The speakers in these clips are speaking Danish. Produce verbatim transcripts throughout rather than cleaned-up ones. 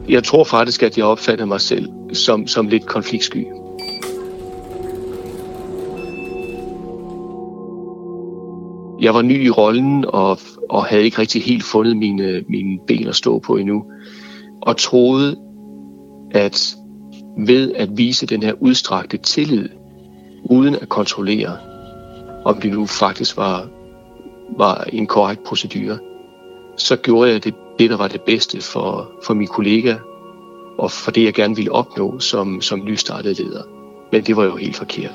Jeg tror faktisk, at jeg opfattede mig selv som, som lidt konfliktsky. Jeg var ny i rollen og, og havde ikke rigtig helt fundet mine, mine ben at stå på endnu. Og troede, at ved at vise den her udstrakte tillid, uden at kontrollere, om det nu faktisk var, var en korrekt procedure, så gjorde jeg det, det der var det bedste for, for mine kollegaer, og for det, jeg gerne ville opnå som, som nystartet leder. Men det var jo helt forkert.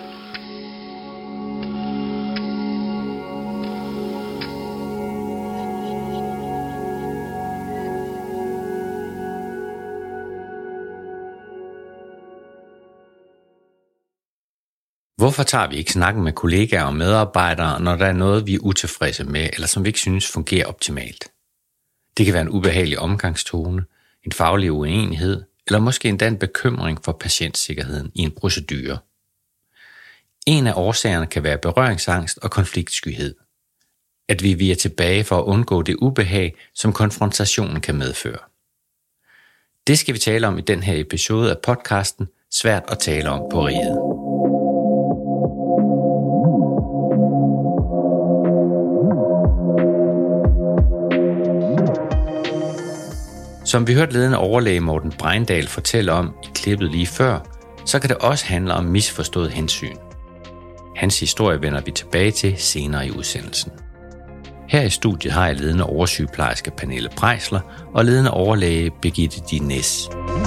Hvorfor tager vi ikke snakken med kollegaer og medarbejdere, når der er noget, vi er utilfredse med, eller som vi ikke synes fungerer optimalt? Det kan være en ubehagelig omgangstone, en faglig uenighed, eller måske endda en bekymring for patientsikkerheden i en procedure. En af årsagerne kan være berøringsangst og konfliktskyhed. At vi viger tilbage for at undgå det ubehag, som konfrontationen kan medføre. Det skal vi tale om i den her episode af podcasten Svært at tale om på riget. Som vi hørte ledende overlæge Morten Breindal fortælle om i klippet lige før, så kan det også handle om misforstået hensyn. Hans historie vender vi tilbage til senere i udsendelsen. Her i studiet har jeg ledende oversygeplejerske Pernille Preisler og ledende overlæge Birgitte Dinæs.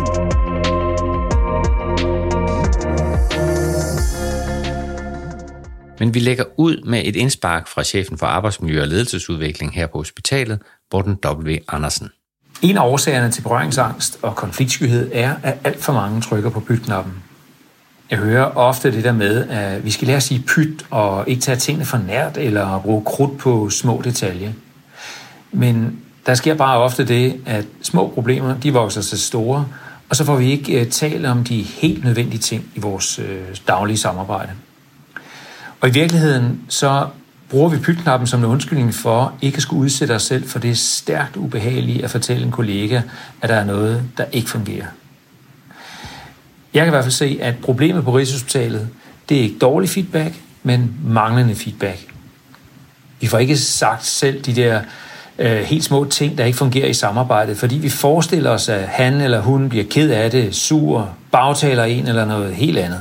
Men vi lægger ud med et indspark fra chefen for arbejdsmiljø og ledelsesudvikling her på hospitalet, Morten W. Andersen. En af årsagerne til berøringsangst og konfliktskyhed er, at alt for mange trykker på pytknappen. Jeg hører ofte det der med, at vi skal lære at sige pyt og ikke tage tingene for nært eller bruge krudt på små detaljer. Men der sker bare ofte det, at små problemer de vokser sig store, og så får vi ikke talt om de helt nødvendige ting i vores daglige samarbejde. Og i virkeligheden så bruger vi pytknappen som en undskyldning for ikke at skulle udsætte os selv for det stærkt ubehagelige at fortælle en kollega, at der er noget, der ikke fungerer. Jeg kan i hvert fald se, at problemet på Rigshospitalet, det er ikke dårlig feedback, men manglende feedback. Vi får ikke sagt selv de der øh, helt små ting, der ikke fungerer i samarbejdet, fordi vi forestiller os, at han eller hun bliver ked af det, sur, bagtaler en eller noget helt andet.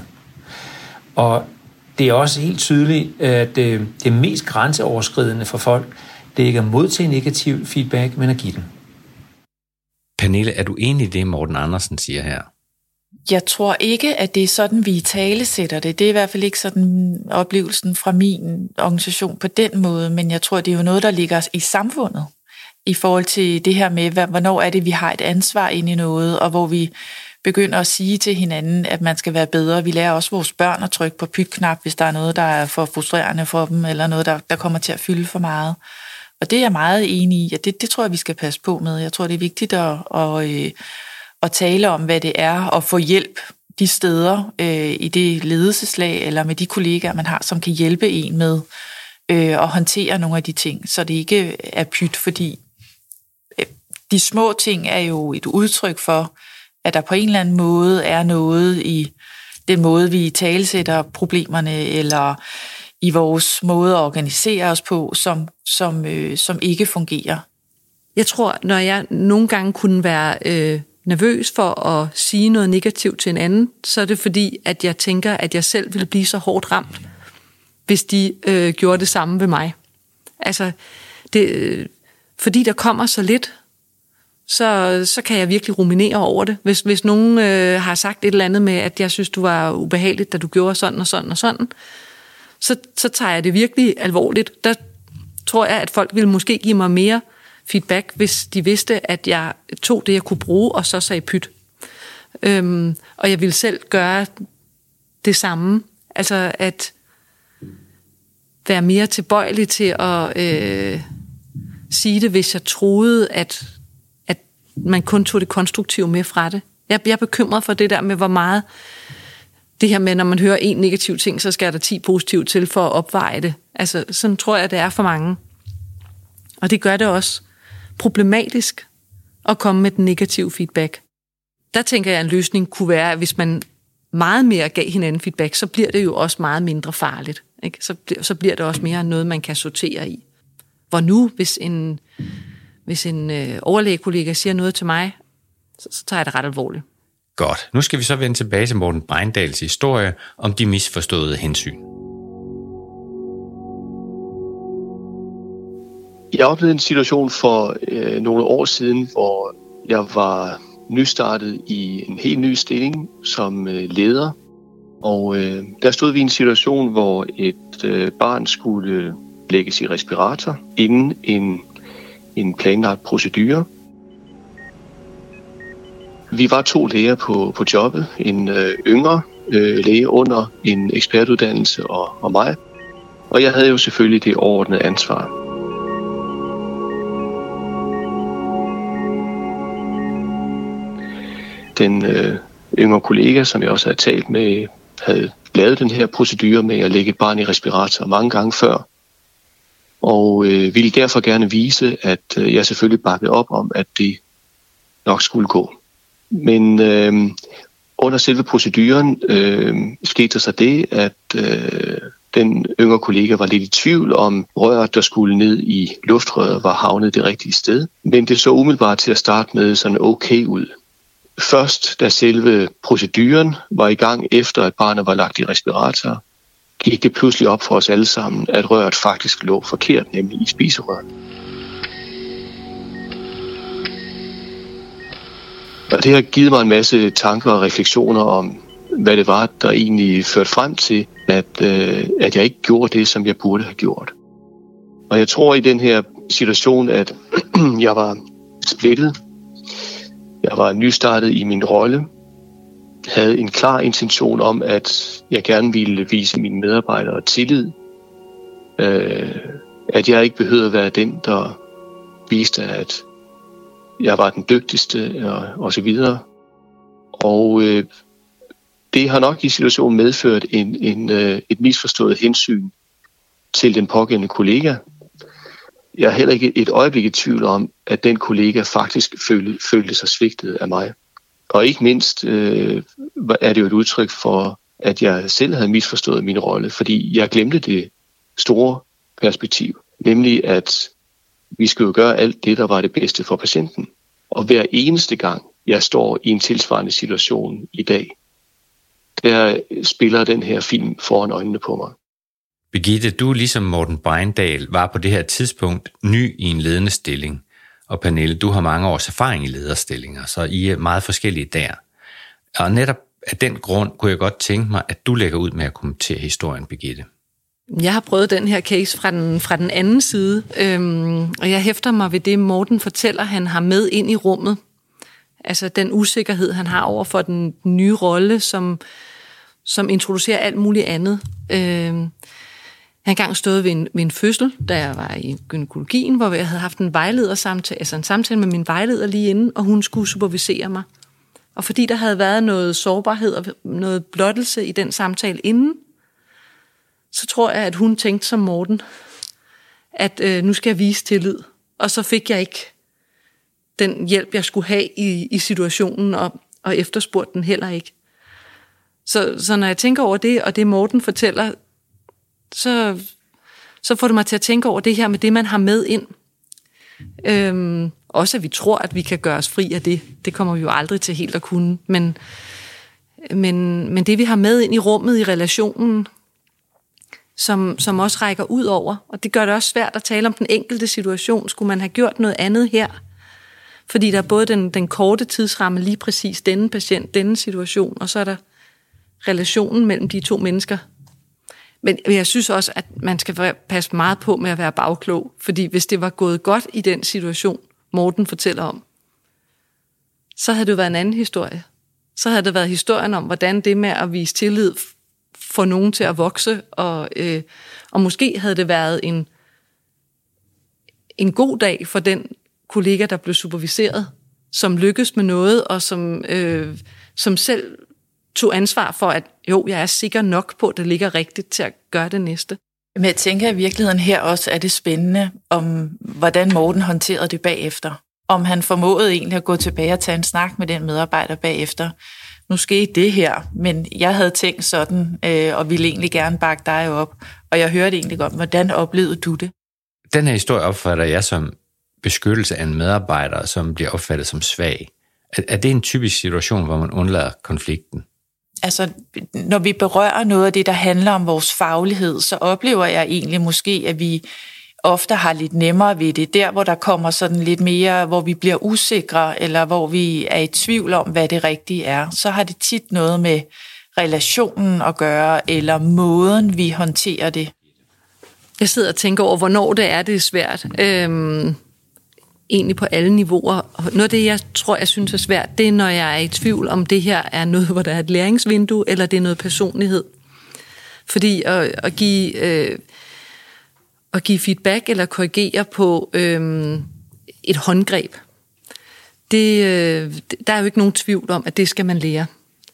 Og det er også helt tydeligt, at det, det mest grænseoverskridende for folk, det er ikke at modtage negativ feedback, men at give den. Pernille, er du enig i det, Morten Andersen siger her? Jeg tror ikke, at det er sådan, vi italesætter det. Det er i hvert fald ikke sådan oplevelsen fra min organisation på den måde, men jeg tror, det er jo noget, der ligger i samfundet i forhold til det her med, hvornår er det, vi har et ansvar ind i noget, og hvor vi begynder at sige til hinanden, at man skal være bedre. Vi lærer også vores børn at trykke på pytknap, hvis der er noget, der er for frustrerende for dem, eller noget, der, der kommer til at fylde for meget. Og det er jeg meget enig i, at det, det tror jeg, vi skal passe på med. Jeg tror, det er vigtigt at, at, at tale om, hvad det er, og få hjælp de steder øh, i det ledelseslag, eller med de kollegaer, man har, som kan hjælpe en med øh, at håndtere nogle af de ting, så det ikke er pyt, fordi øh, de små ting er jo et udtryk for, at der på en eller anden måde er noget i den måde, vi talesætter problemerne, eller i vores måde at organisere os på, som, som, øh, som ikke fungerer. Jeg tror, når jeg nogle gange kunne være øh, nervøs for at sige noget negativt til en anden, så er det fordi, at jeg tænker, at jeg selv ville blive så hårdt ramt, hvis de øh, gjorde det samme ved mig. Altså, det, øh, fordi der kommer så lidt, Så, så kan jeg virkelig ruminere over det. Hvis, hvis nogen øh, har sagt et eller andet med, at jeg synes, du var ubehageligt, da du gjorde sådan og sådan og sådan, så, så tager jeg det virkelig alvorligt. Der tror jeg, at folk ville måske give mig mere feedback, hvis de vidste, at jeg tog det, jeg kunne bruge, og så sagde pyt. Øhm, og jeg ville selv gøre det samme. Altså at være mere tilbøjelig til at øh, sige det, hvis jeg troede, at man kun tog det konstruktive med fra det. Jeg, jeg er bekymret for det der med, hvor meget det her med, når man hører en negativ ting, så skal der ti positive til for at opveje det. Altså, sådan tror jeg, det er for mange. Og det gør det også problematisk at komme med den negative feedback. der tænker jeg, at en løsning kunne være, at hvis man meget mere gav hinanden feedback, så bliver det jo også meget mindre farligt. Ikke? Så, så bliver det også mere noget, man kan sortere i. Hvor nu, hvis en, hvis en øh, overlægekollega siger noget til mig, så, så tager jeg det ret alvorligt. Godt. Nu skal vi så vende tilbage til Morten Breindahls historie om de misforståede hensyn. Jeg oplevede en situation for øh, nogle år siden, hvor jeg var nystartet i en helt ny stilling som øh, leder. Og øh, der stod vi i en situation, hvor et øh, barn skulle øh, lægges i respirator inden en, en planlagt procedure. Vi var to læger på, på jobbet, en øh, yngre øh, læge under en ekspertuddannelse og, og mig. Og jeg havde jo selvfølgelig det overordnede ansvar. Den øh, yngre kollega, som jeg også havde talt med, havde lavet den her procedure med at lægge et barn i respirator mange gange før. Og øh, ville derfor gerne vise, at øh, jeg selvfølgelig bakkede op om, at det nok skulle gå. Men øh, under selve proceduren øh, skete der så det, at øh, den yngre kollega var lidt i tvivl om røret, der skulle ned i luftrøret, var havnet det rigtige sted. Men det så umiddelbart til at starte med sådan okay ud. Først da selve proceduren var i gang, efter at barnet var lagt i respirator, gik det pludselig op for os alle sammen, at røret faktisk lå forkert, nemlig i spiserøret. Og det har givet mig en masse tanker og refleksioner om, hvad det var, der egentlig førte frem til, at, øh, at jeg ikke gjorde det, som jeg burde have gjort. Og jeg tror i den her situation, at jeg var splittet. Jeg var nystartet i min rolle, havde en klar intention om, at jeg gerne ville vise mine medarbejdere tillid. Øh, at jeg ikke behøvede at være den, der viste, at jeg var den dygtigste og, og så videre. Og øh, det har nok i situationen medført en, en, øh, et misforstået hensyn til den pågældende kollega. Jeg er heller ikke et øjeblik i tvivl om, at den kollega faktisk følte, følte sig svigtet af mig. Og ikke mindst øh, er det jo et udtryk for, at jeg selv havde misforstået min rolle, fordi jeg glemte det store perspektiv, nemlig at vi skulle jo gøre alt det, der var det bedste for patienten. Og hver eneste gang, jeg står i en tilsvarende situation i dag, der spiller den her film foran øjnene på mig. Birgitte, du ligesom Morten Breindahl var på det her tidspunkt ny i en ledende stilling. Og Pernille, du har mange års erfaring i lederstillinger, så I er meget forskellige der. Og netop af den grund kunne jeg godt tænke mig, at du lægger ud med at kommentere historien, Birgitte. Jeg har prøvet den her case fra den, fra den anden side, øhm, og jeg hæfter mig ved det, Morten fortæller, han har med ind i rummet. Altså den usikkerhed, han har over for den nye rolle, som, som introducerer alt muligt andet. Øhm, Jeg har engang stået ved en, ved en fødsel, da jeg var i gynekologien, hvor jeg havde haft en vejledersamtale, altså en samtale med min vejleder lige inden, og hun skulle supervisere mig. Og fordi der havde været noget sårbarhed og noget blottelse i den samtale inden, så tror jeg, at hun tænkte som Morten, at øh, nu skal jeg vise tillid. Og så fik jeg ikke den hjælp, jeg skulle have i, i situationen, og, og efterspurgte den heller ikke. Så, så når jeg tænker over det, og det Morten fortæller, Så, så får det mig til at tænke over det her med det, man har med ind. Øhm, også at vi tror, at vi kan gøre os fri af det. Det kommer vi jo aldrig til helt at kunne. Men, men, men det, vi har med ind i rummet, i relationen, som, som også rækker ud over, og det gør det også svært at tale om den enkelte situation. Skulle man have gjort noget andet her? Fordi der er både den, den korte tidsramme, lige præcis denne patient, denne situation, og så er der relationen mellem de to mennesker. Men jeg synes også, at man skal passe meget på med at være bagklog, fordi hvis det var gået godt i den situation, Morten fortæller om, så havde det jo været en anden historie. Så havde det været historien om, hvordan det med at vise tillid får nogen til at vokse, og, øh, og måske havde det været en, en god dag for den kollega, der blev superviseret, som lykkedes med noget, og som, øh, som selv tog ansvar for, at jo, jeg er sikker nok på, at det ligger rigtigt til at gøre det næste. Men jeg tænker i virkeligheden her også, er det spændende, om hvordan Morten håndterede det bagefter. om han formåede egentlig at gå tilbage og tage en snak med den medarbejder bagefter. Nu skete det her, men jeg havde tænkt sådan, øh, og ville egentlig gerne bakke dig op, og jeg hørte egentlig godt, hvordan oplevede du det? Den her historie opfatter jeg som beskyttelse af en medarbejder, som bliver opfattet som svag. Er det en typisk situation, hvor man undlader konflikten? Altså, når vi berører noget af det, der handler om vores faglighed, så oplever jeg egentlig måske, at vi ofte har lidt nemmere ved det. Der, hvor der kommer sådan lidt mere, hvor vi bliver usikre, eller hvor vi er i tvivl om, hvad det rigtige er, så har det tit noget med relationen at gøre, eller måden, vi håndterer det. Jeg sidder og tænker over, hvornår det er, det er svært. Øhm, egentlig på alle niveauer. Noget af det, jeg tror, jeg synes er svært, det er, når jeg er i tvivl, om det her er noget, hvor der er et læringsvindue, eller det er noget personlighed. Fordi at, at give... Øh, at give feedback eller korrigere på øh, et håndgreb, det, øh, der er jo ikke nogen tvivl om, at det skal man lære.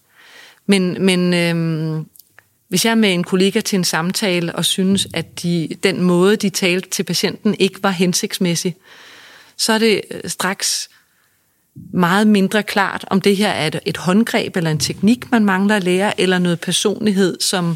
Men, men øh, hvis jeg er med en kollega til en samtale og synes, at de, den måde, de talte til patienten, ikke var hensigtsmæssig, så er det straks meget mindre klart, om det her er et, et håndgreb eller en teknik, man mangler at lære, eller noget personlighed, som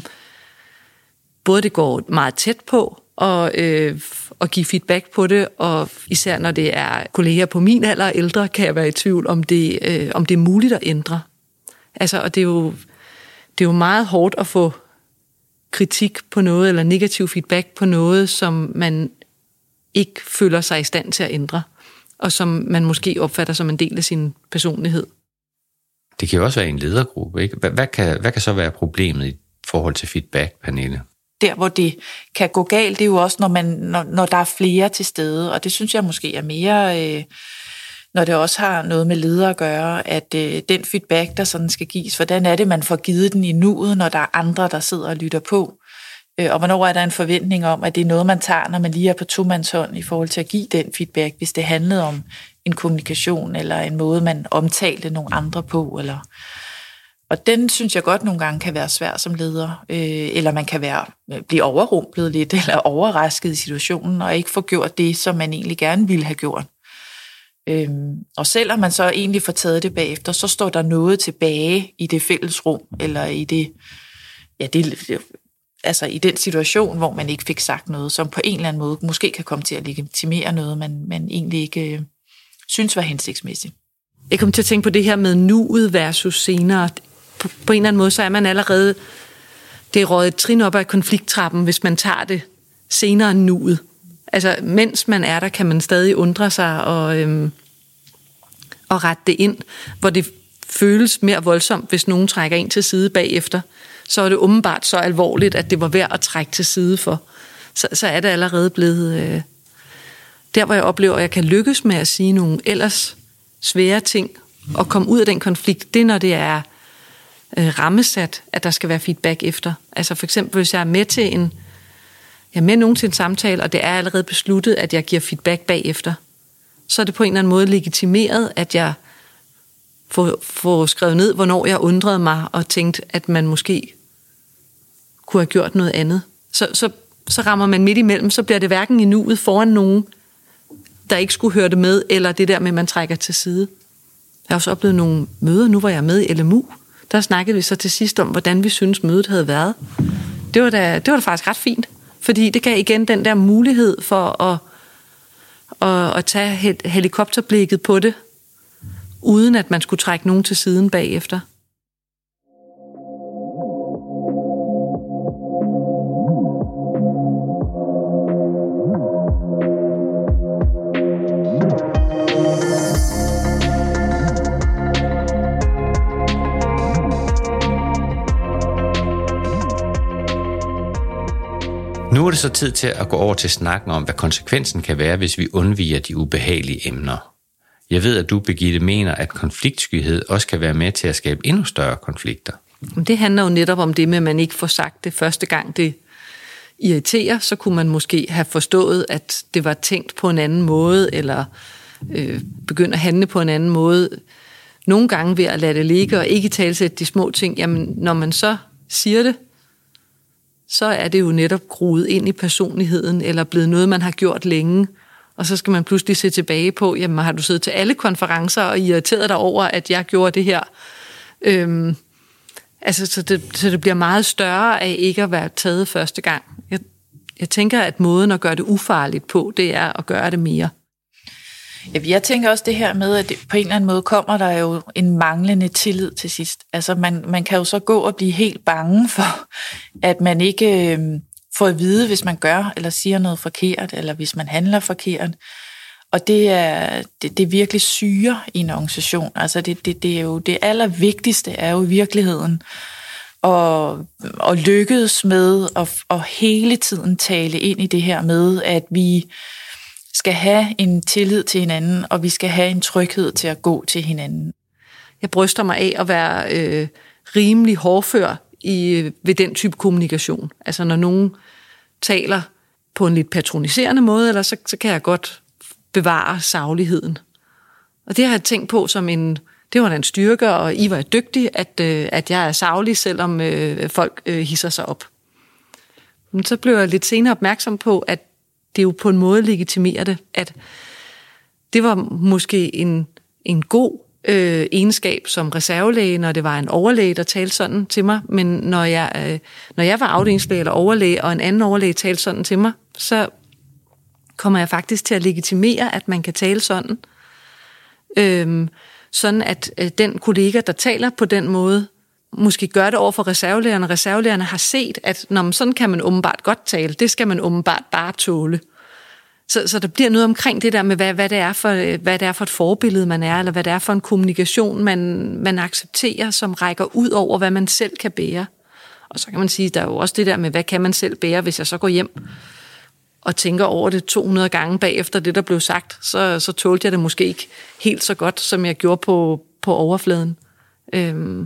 både det går meget tæt på, og, øh, og give feedback på det, og især når det er kolleger på min alder og ældre, kan jeg være i tvivl, om det, øh, om det er muligt at ændre. Altså, og det er, jo, det er jo meget hårdt at få kritik på noget, eller negativ feedback på noget, som man ikke føler sig i stand til at ændre, og som man måske opfatter som en del af sin personlighed. Det kan jo også være en ledergruppe, ikke? Hvad, hvad, kan, hvad kan så være problemet i forhold til feedback, Pernille? Der, hvor det kan gå galt, det er jo også, når, man, når, når der er flere til stede, og det synes jeg måske er mere, øh, når det også har noget med ledere at gøre, at øh, den feedback, der sådan skal gives, hvordan er det, man får givet den i nuet, når der er andre, der sidder og lytter på, øh, og hvornår er der en forventning om, at det er noget, man tager, når man lige er på tomandshånd i forhold til at give den feedback, hvis det handlede om en kommunikation, eller en måde, man omtalte nogle andre på, eller... Og den synes jeg godt nogle gange kan være svær som leder, øh, eller man kan være, blive overrumplet lidt, eller overrasket i situationen, og ikke få gjort det, som man egentlig gerne ville have gjort. Øh, og selvom man så egentlig får taget det bagefter, så står der noget tilbage i det fælles rum, eller i det, ja, det, altså i den situation, hvor man ikke fik sagt noget, som på en eller anden måde måske kan komme til at legitimere noget, man, man egentlig ikke øh, synes var hensigtsmæssigt. Jeg kom til at tænke på det her med nuet versus senere. På, på en eller anden måde, så er man allerede, det er røget et trin op ad konflikttrappen, hvis man tager det senere end nuet. Altså, mens man er der, kan man stadig undre sig og, øhm, og rette det ind, hvor det føles mere voldsomt, hvis nogen trækker en til side bagefter. Så er det åbenbart så alvorligt, at det var værd at trække til side for. Så, så er det allerede blevet... Øh, der, hvor jeg oplever, at jeg kan lykkes med at sige nogle ellers svære ting, og komme ud af den konflikt, det er, når det er øh, rammesat, at der skal være feedback efter. Altså for eksempel, hvis jeg er med til en, jeg er med nogen til en samtale, og det er allerede besluttet, at jeg giver feedback bagefter, så er det på en eller anden måde legitimeret, at jeg får, får skrevet ned, hvornår jeg undrede mig, og tænkte, at man måske kunne have gjort noget andet. Så, så, så rammer man midt imellem, så bliver det hverken i nuet foran nogen, der ikke skulle høre det med, eller det der med, at man trækker til side. Jeg har også oplevet nogle møder, nu hvor jeg er med i L M U. Der snakkede vi så til sidst om, hvordan vi synes mødet havde været. Det var da, det var da faktisk ret fint, fordi det gav igen den der mulighed for at, at, at tage helikopterblikket på det, uden at man skulle trække nogen til siden bagefter. Nu er det så tid til at gå over til snakken om, hvad konsekvensen kan være, hvis vi undviger de ubehagelige emner. Jeg ved, at du, Birgitte, mener, at konfliktskyhed også kan være med til at skabe endnu større konflikter. Det handler jo netop om det med, at man ikke får sagt det første gang, det irriterer. Så kunne man måske have forstået, at det var tænkt på en anden måde, eller øh, begynde at handle på en anden måde. Nogle gange ved at lade det ligge og ikke talsætte de små ting. Jamen, når man så siger det, så er det jo netop groet ind i personligheden, eller blevet noget, man har gjort længe, Og så skal man pludselig se tilbage på, jamen har du siddet til alle konferencer og irriteret dig over, at jeg gjorde det her? Øhm, altså, så det, så det bliver meget større af ikke at være taget første gang. Jeg, jeg tænker, at måden at gøre det ufarligt på, det er at gøre det mere. Jeg tænker også det her med, at det, på en eller anden måde kommer der jo en manglende tillid til sidst. Altså man, man kan jo så gå og blive helt bange for, at man ikke øh, får at vide, hvis man gør eller siger noget forkert, eller hvis man handler forkert. Og det er, det, det er virkelig syre i en organisation. Altså det, det, det er jo det allervigtigste er jo i virkeligheden at, at lykkes med at, at hele tiden tale ind i det her med, at vi skal have en tillid til hinanden, og vi skal have en tryghed til at gå til hinanden. Jeg bryster mig af at være øh, rimelig hårdfør i, ved den type kommunikation. Altså når nogen taler på en lidt patroniserende måde, eller så, så kan jeg godt bevare sagligheden. Og det har jeg tænkt på som en, det var en styrke, og I var dygtig, at, øh, at jeg er saglig, selvom øh, folk øh, hisser sig op. Men så blev jeg lidt senere opmærksom på, at det jo på en måde legitimerer det, at det var måske en, en god øh, egenskab som reservelæge, når det var en overlæge, der talte sådan til mig, men når jeg, øh, når jeg var afdelingslæge eller overlæge, og en anden overlæge talte sådan til mig, så kommer jeg faktisk til at legitimere, at man kan tale sådan. Øhm, sådan at øh, den kollega, der taler på den måde, måske gør det over for reservelægerne. Reservelægerne har set, at når man, sådan kan man åbenbart godt tale. Det skal man åbenbart bare tåle. Så, så der bliver noget omkring det der med, hvad, hvad, det er for, hvad det er for et forbillede, man er, eller hvad det er for en kommunikation, man, man accepterer, som rækker ud over, hvad man selv kan bære. Og så kan man sige, der er jo også det der med, hvad kan man selv bære, hvis jeg så går hjem og tænker over det to hundrede gange bagefter det, der blev sagt, så, så tålte jeg det måske ikke helt så godt, som jeg gjorde på, på overfladen. Øhm,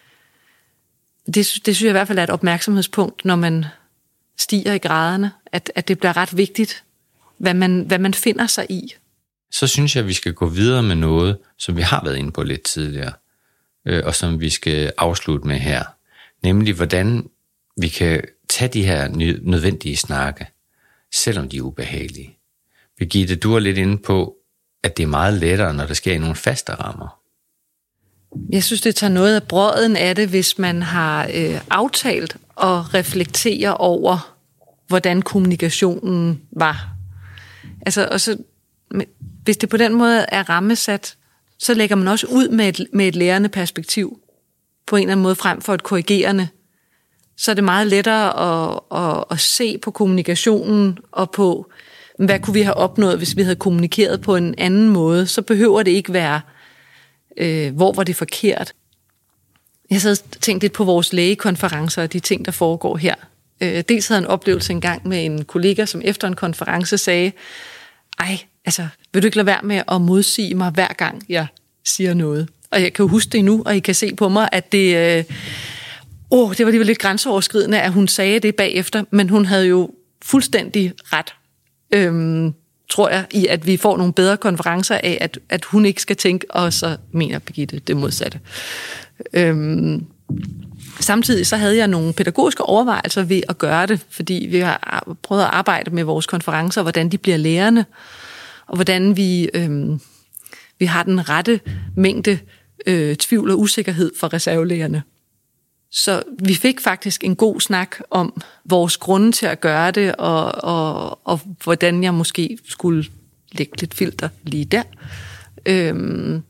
Det, det synes jeg i hvert fald er et opmærksomhedspunkt, når man stiger i graderne, at, at det bliver ret vigtigt, hvad man, hvad man finder sig i. Så synes jeg, at vi skal gå videre med noget, som vi har været inde på lidt tidligere, øh, og som vi skal afslutte med her. Nemlig, hvordan vi kan tage de her nødvendige snakke, selvom de er ubehagelige. Birgitte, du er lidt inde på, at det er meget lettere, når det sker i nogle faste rammer. Jeg synes, det tager noget af brøden af det, hvis man har øh, aftalt og reflekterer over, hvordan kommunikationen var. Altså, og så, hvis det på den måde er rammesat, så lægger man også ud med et, med et lærende perspektiv på en eller anden måde frem for et korrigerende. Så er det meget lettere at, at, at se på kommunikationen og på, hvad kunne vi have opnået, hvis vi havde kommunikeret på en anden måde. Så behøver det ikke være Øh, hvor var det forkert? Jeg havde tænkt lidt på vores lægekonferencer og de ting, der foregår her. Øh, dels havde jeg en oplevelse engang med en kollega, som efter en konference sagde, ej, altså, vil du ikke lade være med at modsige mig, hver gang jeg siger noget? Og jeg kan jo huske det endnu, og I kan se på mig, at det, øh, åh, det var lige lidt grænseoverskridende, at hun sagde det bagefter, men hun havde jo fuldstændig ret. Øhm, tror jeg, i at vi får nogle bedre konferencer af, at, at hun ikke skal tænke, og så mener Birgitte det modsatte. Øhm, samtidig så havde jeg nogle pædagogiske overvejelser ved at gøre det, fordi vi har prøvet at arbejde med vores konferencer, hvordan de bliver lærende, og hvordan vi, øhm, vi har den rette mængde øh, tvivl og usikkerhed for reservelægerne. Så vi fik faktisk en god snak om vores grunde til at gøre det, og, og, og hvordan jeg måske skulle lægge lidt filter lige der. Øhm,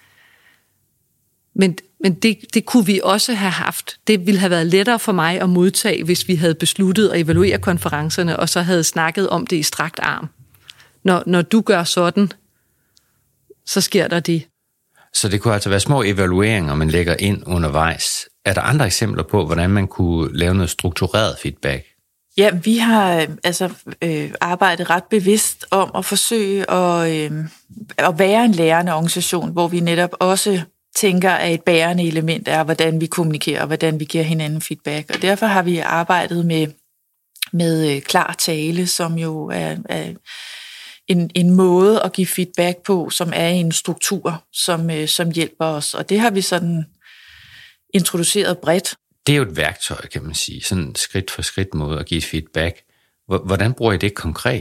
men men det, det kunne vi også have haft. Det ville have været lettere for mig at modtage, hvis vi havde besluttet at evaluere konferencerne, og så havde snakket om det i strakt arm. Når, når du gør sådan, så sker der det. Så det kunne altså være små evalueringer, man lægger ind undervejs. Er der andre eksempler på, hvordan man kunne lave noget struktureret feedback? Ja, vi har altså øh, arbejdet ret bevidst om at forsøge at, øh, at være en lærende organisation, hvor vi netop også tænker, at et bærende element er, hvordan vi kommunikerer og hvordan vi giver hinanden feedback. Og derfor har vi arbejdet med, med øh, klar tale, som jo er, er en, en måde at give feedback på, som er en struktur, som, øh, som hjælper os. Og det har vi sådan introduceret bredt. Det er jo et værktøj, kan man sige. Sådan en skridt for skridt måde at give feedback. Hvordan bruger I det konkret?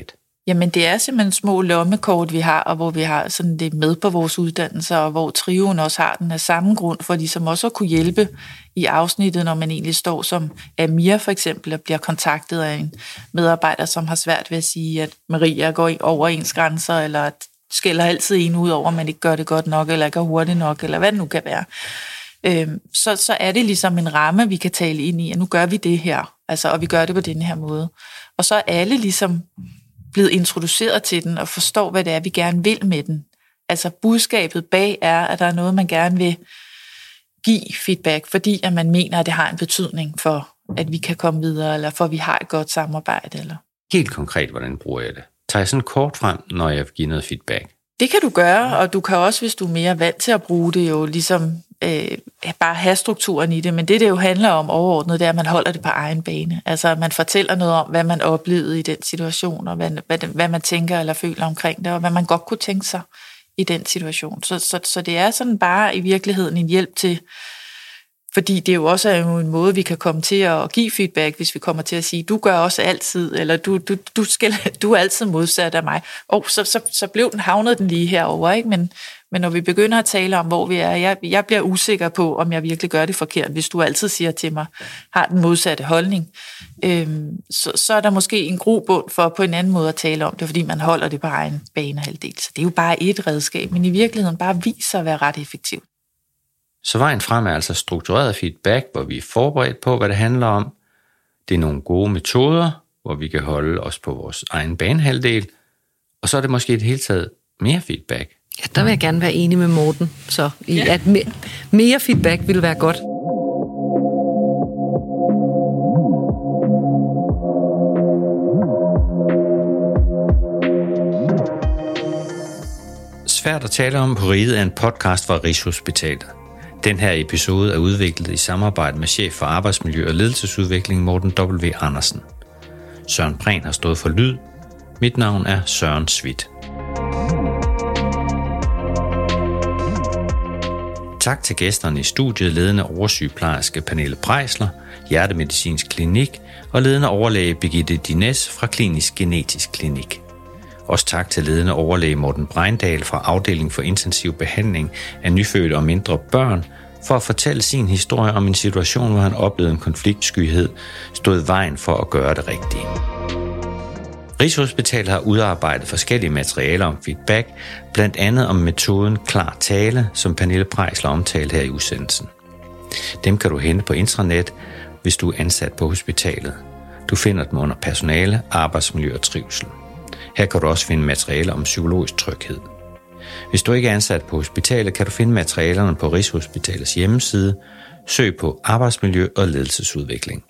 Jamen, det er simpelthen små lommekort, vi har, og hvor vi har sådan det med på vores uddannelser, og hvor trioen også har den af samme grund, for de som også at kunne hjælpe i afsnittet, når man egentlig står som Amir for eksempel, og bliver kontaktet af en medarbejder, som har svært ved at sige, at Maria går over ens grænser, eller at skælder altid en ud over, at man ikke gør det godt nok, eller ikke er hurtigt nok, eller hvad det nu kan være. Øhm, så, så er det ligesom en ramme, vi kan tale ind i, at nu gør vi det her, altså, og vi gør det på den her måde. Og så er alle ligesom blevet introduceret til den, og forstår, hvad det er, vi gerne vil med den. Altså budskabet bag er, at der er noget, man gerne vil give feedback, fordi at man mener, at det har en betydning for, at vi kan komme videre, eller for, at vi har et godt samarbejde. Eller. Helt konkret, hvordan bruger jeg det? Tager jeg sådan kort frem, når jeg vil give noget feedback? Det kan du gøre, og du kan også, hvis du er mere vant til at bruge det, jo ligesom øh, bare have strukturen i det. Men det, det jo handler om overordnet, det er, at man holder det på egen bane. Altså, at man fortæller noget om, hvad man oplevede i den situation, og hvad, hvad, hvad man tænker eller føler omkring det, og hvad man godt kunne tænke sig i den situation. Så, så, så det er sådan bare i virkeligheden en hjælp til, fordi det jo også er jo en måde, vi kan komme til at give feedback, hvis vi kommer til at sige, du gør også altid, eller du, du, du, skal, du er altid modsat af mig. Og så, så, så blev den havnet den lige herover, ikke? Men, men når vi begynder at tale om, hvor vi er, jeg, jeg bliver usikker på, om jeg virkelig gør det forkert, hvis du altid siger til mig, har den modsatte holdning, øhm, så, så er der måske en grobund for på en anden måde at tale om det, fordi man holder det på egen banehalvdel. Så det er jo bare et redskab, men i virkeligheden bare viser at være ret effektivt. Så vejen frem er altså struktureret feedback, hvor vi er forberedt på, hvad det handler om. Det er nogle gode metoder, hvor vi kan holde os på vores egen banehalvdel. Og så er det måske i det hele taget mere feedback. Ja, der vil jeg gerne være enig med Morten, så i ja. at me- mere feedback ville være godt. Svært at tale om på riget er en podcast fra Rigshospitalet. Den her episode er udviklet i samarbejde med chef for arbejdsmiljø og ledelsesudvikling Morten W. Andersen. Søren Prehn har stået for lyd. Mit navn er Søren Svit. Tak til gæsterne i studiet, ledende oversygeplejerske Pernille Preisler, hjertemedicinsk klinik og ledende overlæge Birgitte Dines fra Klinisk Genetisk Klinik. Også tak til ledende overlæge Morten Breindal fra afdeling for intensiv behandling af nyfødte og mindre børn, for at fortælle sin historie om en situation, hvor han oplevede en konfliktskyhed, stod vejen for at gøre det rigtige. Rigshospitalet har udarbejdet forskellige materialer om feedback, blandt andet om metoden klar tale, som Pernille Preisler omtalte her i udsendelsen. Dem kan du hente på intranet, hvis du er ansat på hospitalet. Du finder dem under personale, arbejdsmiljø og trivsel. Her kan du også finde materialer om psykologisk tryghed. Hvis du ikke er ansat på hospitalet, kan du finde materialerne på Rigshospitalets hjemmeside. Søg på arbejdsmiljø og ledelsesudvikling.